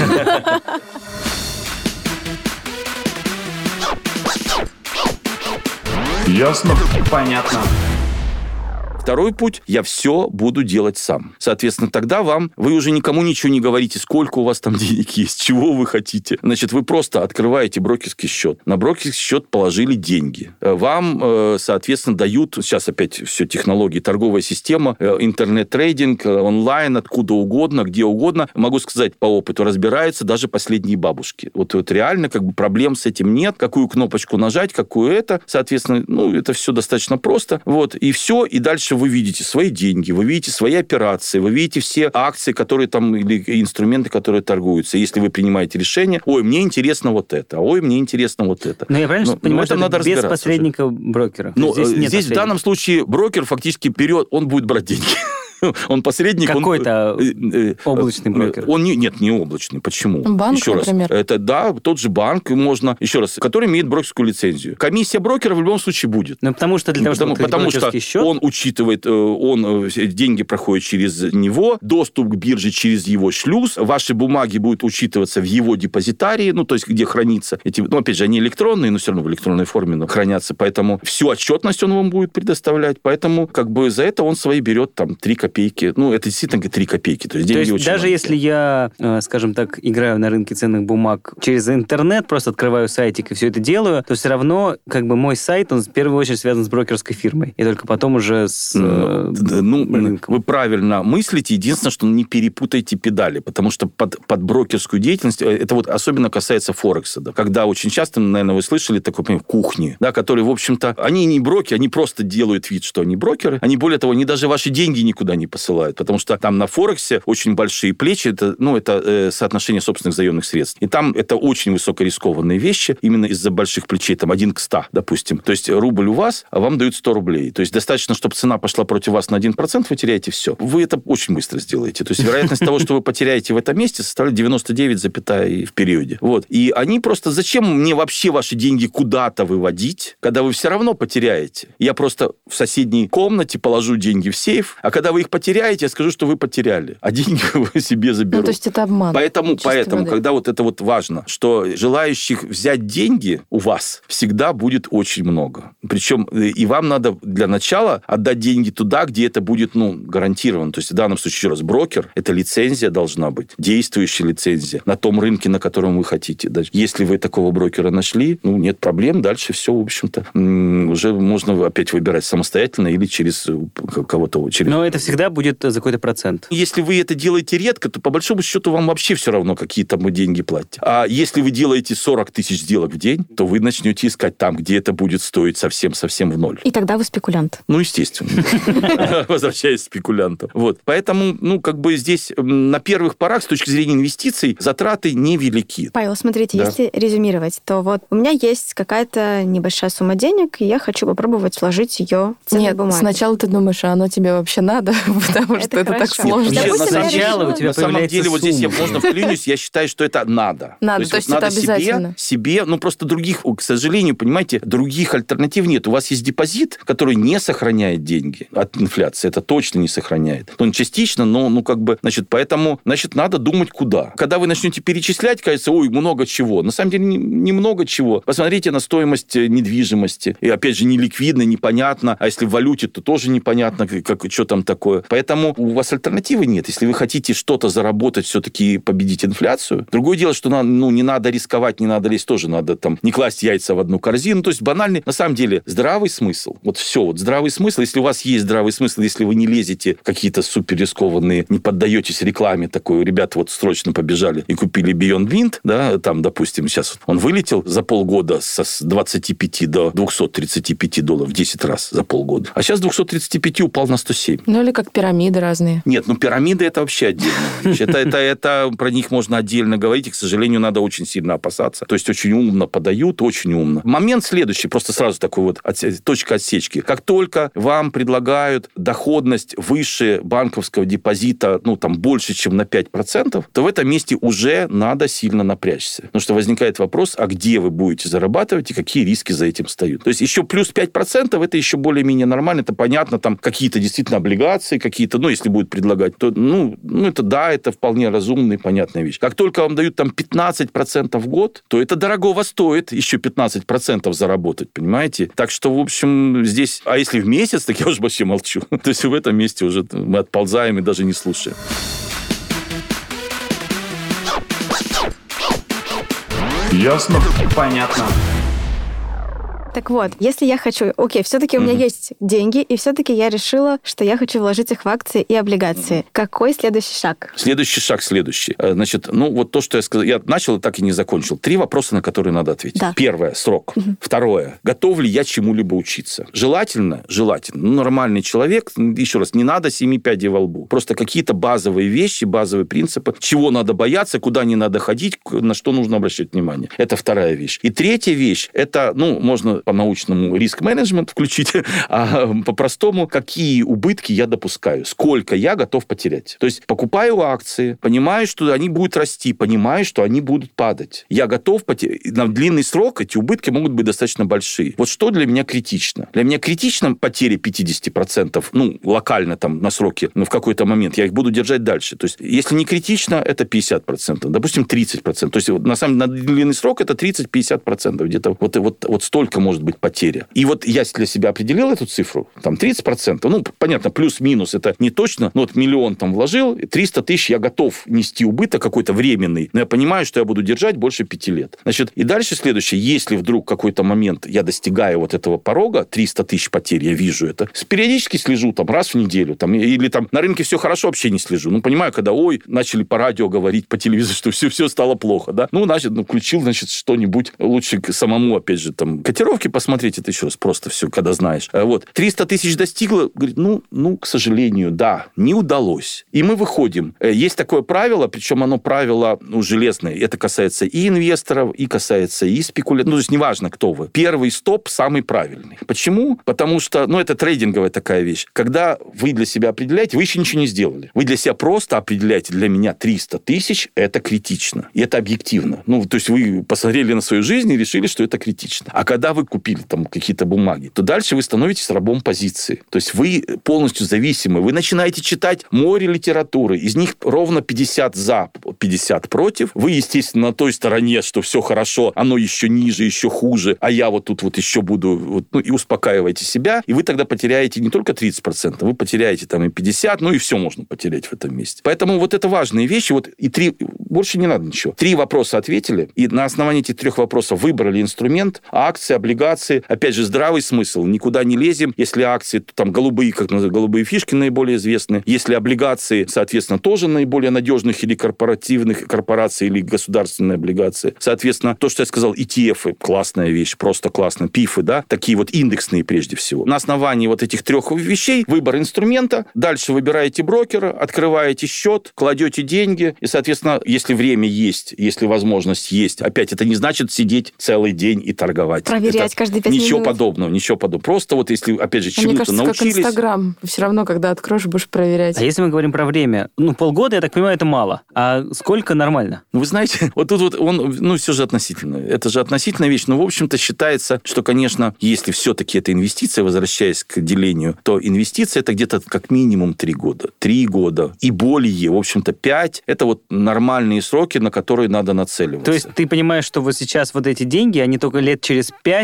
Ясно? Понятно. Второй путь – я все буду делать сам. Соответственно, тогда вы уже никому ничего не говорите, сколько у вас там денег есть, чего вы хотите. Значит, вы просто открываете брокерский счет. На брокерский счет положили деньги. Вам, соответственно, дают, сейчас опять все технологии, торговая система, интернет-трейдинг, онлайн, откуда угодно, где угодно. Могу сказать по опыту, разбираются даже последние бабушки. Вот реально как бы проблем с этим нет. Какую кнопочку нажать, какую это. Соответственно, это все достаточно просто. Вот, и все. И дальше вы видите свои деньги, вы видите свои операции, вы видите все акции, которые там, или инструменты, которые торгуются. Если вы принимаете решение, ой, мне интересно вот это, ой, мне интересно вот это. Но я правильно понимаю, что это без посредника брокера? Здесь в данном случае брокер фактически берет, он будет брать деньги. Он посредник. Какой-то облачный брокер. Он не облачный. Почему? Банк, еще например. Раз. Это, тот же банк можно, еще раз, который имеет брокерскую лицензию. Комиссия брокера в любом случае будет. Потому что счет, он учитывает, деньги проходят через него, доступ к бирже через его шлюз, ваши бумаги будут учитываться в его депозитарии, то есть где хранится эти, опять же, они электронные, но все равно в электронной форме хранятся, поэтому всю отчетность он вам будет предоставлять, поэтому как бы за это он свои берет там 3 копейки. Это действительно 3 копейки. То есть деньги очень даже маленькие. если я, скажем так, играю на рынке ценных бумаг через интернет, просто открываю сайтик и все это делаю, то все равно как бы мой сайт, он в первую очередь связан с брокерской фирмой. И только потом уже с рынком. Вы правильно мыслите. Единственное, что не перепутайте педали, потому что под брокерскую деятельность, это вот особенно касается Форекса, да, когда очень часто, наверное, вы слышали такой, кухни, да, которые, в общем-то, они не брокеры, они просто делают вид, что они брокеры. Они, более того, они даже ваши деньги никуда не посылают, потому что там на Форексе очень большие плечи, это соотношение собственных заемных средств. И там это очень высокорискованные вещи, именно из-за больших плечей, там 1 к 100, допустим. То есть рубль у вас, а вам дают 100 рублей. То есть достаточно, чтобы цена пошла против вас на 1%, вы теряете все. Вы это очень быстро сделаете. То есть вероятность того, что вы потеряете в этом месте, составляет 99, в периоде. Вот. И они просто, зачем мне вообще ваши деньги куда-то выводить, когда вы все равно потеряете? Я просто в соседней комнате положу деньги в сейф, а когда вы их потеряете, я скажу, что вы потеряли, а деньги вы себе заберут. То есть это обман. Поэтому когда вот это вот важно, что желающих взять деньги у вас всегда будет очень много. Причем и вам надо для начала отдать деньги туда, где это будет, гарантировано. То есть в данном случае, еще раз, брокер, это лицензия должна быть, действующая лицензия на том рынке, на котором вы хотите. Даже если вы такого брокера нашли, нет проблем, дальше все, в общем-то, уже можно опять выбирать самостоятельно или через кого-то. Но это всегда будет за какой-то процент. Если вы это делаете редко, то по большому счету вам вообще все равно, какие там вы деньги платите. А если вы делаете 40 тысяч сделок в день, то вы начнете искать там, где это будет стоить совсем в ноль. И тогда вы спекулянт. Естественно. Возвращаясь к спекулянтам. Вот. Поэтому, здесь на первых порах, с точки зрения инвестиций, затраты невелики. Павел, смотрите, если резюмировать, то вот у меня есть какая-то небольшая сумма денег, и я хочу попробовать вложить ее в ценные бумаги. Сначала ты думаешь, а оно тебе вообще надо, потому что это так сложно. Сначала у тебя на самом деле, вот здесь я можно вклинюсь, я считаю, что это надо. Надо, то есть это обязательно. Себе, просто других, к сожалению, понимаете, других альтернатив нет. У вас есть депозит, который не сохраняет деньги от инфляции. Это точно не сохраняет. Он частично, но, поэтому, надо думать, куда. Когда вы начнете перечислять, кажется, много чего. На самом деле, не много чего. Посмотрите на стоимость недвижимости. И, опять же, неликвидно, непонятно. А если в валюте, то тоже непонятно, что там такое. такое. Поэтому у вас альтернативы нет. Если вы хотите что-то заработать, все-таки победить инфляцию. Другое дело, что не надо рисковать, не надо лезть, тоже надо там не класть яйца в одну корзину. То есть банальный, на самом деле, здравый смысл. Вот все, вот здравый смысл. Если у вас есть здравый смысл, если вы не лезете в какие-то супер рискованные, не поддаетесь рекламе такой, ребята вот срочно побежали и купили Beyond Wind, да, там, допустим, сейчас он вылетел за полгода с 25 до $235 в 10 раз за полгода. А сейчас с 235 упал на 107. Ну, или как пирамиды разные. Нет, пирамиды это вообще отдельная вещь. Это про них можно отдельно говорить, и, к сожалению, надо очень сильно опасаться. То есть очень умно подают, очень умно. Момент следующий, просто сразу такой вот точка отсечки. Как только вам предлагают доходность выше банковского депозита, там больше, чем на 5%, то в этом месте уже надо сильно напрячься. Потому что возникает вопрос, а где вы будете зарабатывать и какие риски за этим стоят. То есть еще плюс 5% это еще более-менее нормально, это понятно, там какие-то действительно облигации, какие-то, если будет предлагать, то, это вполне разумная и понятная вещь. Как только вам дают там 15% в год, то это дорогого стоит еще 15% заработать, понимаете? Так что, в общем, здесь... А если в месяц, так я уже вообще молчу. То есть в этом месте уже мы отползаем и даже не слушаем. Ясно? Понятно. Так вот, если я хочу... Окей, все-таки у меня есть деньги, и все-таки я решила, что я хочу вложить их в акции и облигации. Какой следующий шаг? Следующий шаг следующий. Значит, вот то, что я сказал, я начал и так и не закончил. 3 вопроса, на которые надо ответить. Да. Первое, срок. Второе, готов ли я чему-либо учиться? Желательно. Нормальный человек, еще раз, не надо 7 пядей во лбу. Просто какие-то базовые вещи, базовые принципы, чего надо бояться, куда не надо ходить, на что нужно обращать внимание. Это вторая вещь. И третья вещь, это, можно по-научному риск-менеджмент включить, а по-простому, какие убытки я допускаю, сколько я готов потерять. То есть покупаю акции, понимаю, что они будут расти, понимаю, что они будут падать. Я готов потерять. На длинный срок эти убытки могут быть достаточно большие. Вот что для меня критично? Для меня критично потеря 50%, локально там на сроке, в какой-то момент. Я их буду держать дальше. То есть если не критично, это 50%, допустим, 30%. То есть на самом деле на длинный срок это 30-50%. Где-то вот столько может быть потеря. И вот я для себя определил эту цифру, там 30%, понятно, плюс-минус, это не точно, но миллион там вложил, 300 тысяч я готов нести убыток какой-то временный, но я понимаю, что я буду держать больше 5 лет. Значит, и дальше следующее, если вдруг какой-то момент я достигаю вот этого порога, 300 тысяч потерь, я вижу это, периодически слежу там раз в неделю, или там на рынке все хорошо, вообще не слежу. Понимаю, когда, начали по радио говорить, по телевизору, что все стало плохо, да? Включил, что-нибудь лучше самому, опять же, там, котировки посмотреть, это еще раз просто все, когда знаешь. 300 тысяч достигло, говорит, к сожалению, да, не удалось. И мы выходим. Есть такое правило, причем оно правило железное. Это касается и инвесторов, и касается и спекулянтов. То есть неважно, кто вы. Первый стоп самый правильный. Почему? Потому что, это трейдинговая такая вещь. Когда вы для себя определяете, вы еще ничего не сделали. Вы для себя просто определяете, для меня 300 тысяч – это критично. И это объективно. То есть вы посмотрели на свою жизнь и решили, что это критично. А когда вы купили там какие-то бумаги, то дальше вы становитесь рабом позиции. То есть вы полностью зависимы. Вы начинаете читать море литературы. Из них ровно 50 за, 50 против. Вы, естественно, на той стороне, что все хорошо, оно еще ниже, еще хуже, а я тут еще буду... и успокаиваете себя, и вы тогда потеряете не только 30%, вы потеряете там и 50%, и все можно потерять в этом месте. Поэтому это важные вещи. И 3... Больше не надо ничего. 3 вопроса ответили, и на основании этих 3 вопросов выбрали инструмент, акции, облигации. Опять же, здравый смысл. Никуда не лезем. Если акции, то там голубые фишки наиболее известны. Если облигации, соответственно, тоже наиболее надежных или корпоративных корпораций, или государственные облигации. Соответственно, то, что я сказал, ETF, классная вещь, просто классно. ПИФы, да, такие индексные прежде всего. На основании этих 3 вещей выбор инструмента, дальше выбираете брокера, открываете счет, кладете деньги, и, соответственно, если время есть, если возможность есть, опять, это не значит сидеть целый день и торговать. Проверять каждые 5 минут. Ничего подобного. Просто если, опять же, чему-то научились... Мне кажется, как Инстаграм. Все равно, когда откроешь, будешь проверять. А если мы говорим про время, полгода, я так понимаю, это мало. А сколько нормально? Вы знаете, тут все же относительно. Это же относительная вещь. В общем-то, считается, что, конечно, если все-таки это инвестиция, возвращаясь к делению, то инвестиция это где-то как минимум 3 года. 3 года и более, в общем-то, 5. Это нормальные сроки, на которые надо нацеливаться. То есть ты понимаешь, что сейчас эти деньги, они только лет через 5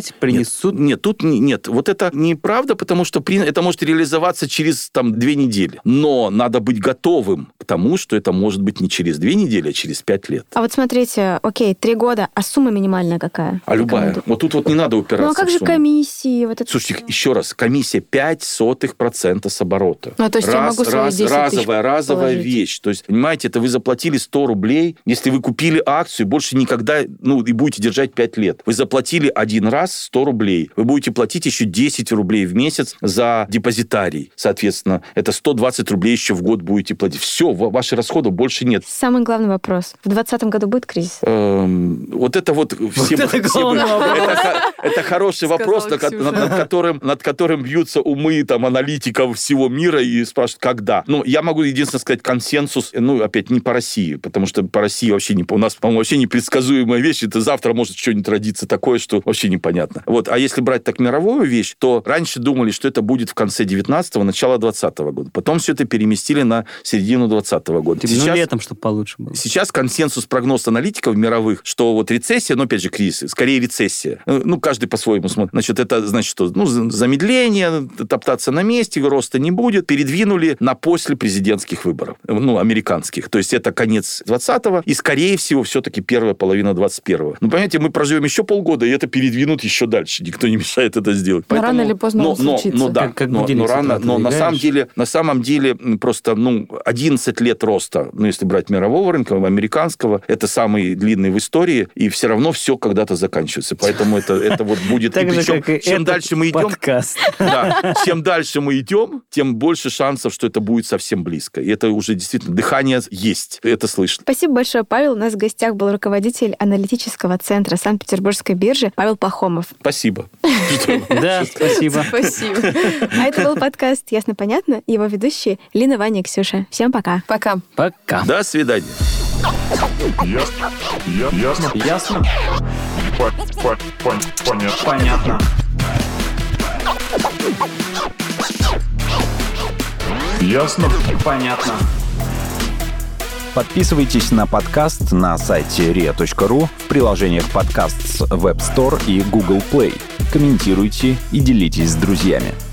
есть принесут... Нет, тут нет. Вот это неправда, потому что это может реализоваться через 2 недели. Но надо быть готовым к тому, что это может быть не через 2 недели, а через 5 лет. А вот смотрите, окей, 3 года, а сумма минимальная какая? А любая. Вот тут не надо упираться. Ну а как же комиссии? Вот это... Слушайте, еще раз, комиссия 0,05% с оборота. Ну, то есть я могу свои 10 тысяч разовая вещь. То есть, понимаете, это вы заплатили 100 рублей, если вы купили акцию, больше никогда, и будете держать 5 лет. Вы заплатили один раз 100 рублей. Вы будете платить еще 10 рублей в месяц за депозитарий. Соответственно, это 120 рублей еще в год будете платить. Все, ваших расходов больше нет. Самый главный вопрос. В 2020 году будет кризис? Вот это это хороший вопрос, над которым бьются умы аналитиков всего мира и спрашивают, когда. Но я могу единственное сказать консенсус, опять не по России, потому что по России вообще у нас, по-моему, вообще непредсказуемая вещь. Это завтра может что-нибудь родиться такое, что вообще непонятно. А если брать так мировую вещь, то раньше думали, что это будет в конце 19-го, начало 20-го года. Потом все это переместили на середину 20-го года. Летом, чтобы получше было. Сейчас консенсус, прогноз аналитиков мировых, что рецессия, опять же кризис, скорее рецессия. Каждый по-своему смотрит. Значит, это значит, что замедление, топтаться на месте, роста не будет. Передвинули на после президентских выборов, американских. То есть это конец 20-го и, скорее всего, все-таки первая половина 21-го. Понимаете, мы проживем еще полгода, и это передвинут еще дальше. Никто не мешает это сделать. Но рано или поздно случится. Но на самом деле просто 11 лет роста, если брать мирового рынка, американского, это самый длинный в истории, и все равно все когда-то заканчивается. Поэтому это будет... Так же, как и чем дальше мы идем... подкаст. Да, чем дальше мы идем, тем больше шансов, что это будет совсем близко. И это уже действительно дыхание есть. Это слышно. Спасибо большое, Павел. У нас в гостях был руководитель аналитического центра Санкт-Петербургской биржи Павел Пахомов. Спасибо. Да, спасибо. Спасибо. А это был подкаст «Ясно-понятно». Его ведущие Лина, Ваня и Ксюша. Всем пока. Пока. Пока. До свидания. Ясно? Понятно. Ясно? Понятно. Подписывайтесь на подкаст на сайте ria.ru, в приложениях подкаст с Web Store и Google Play. Комментируйте и делитесь с друзьями.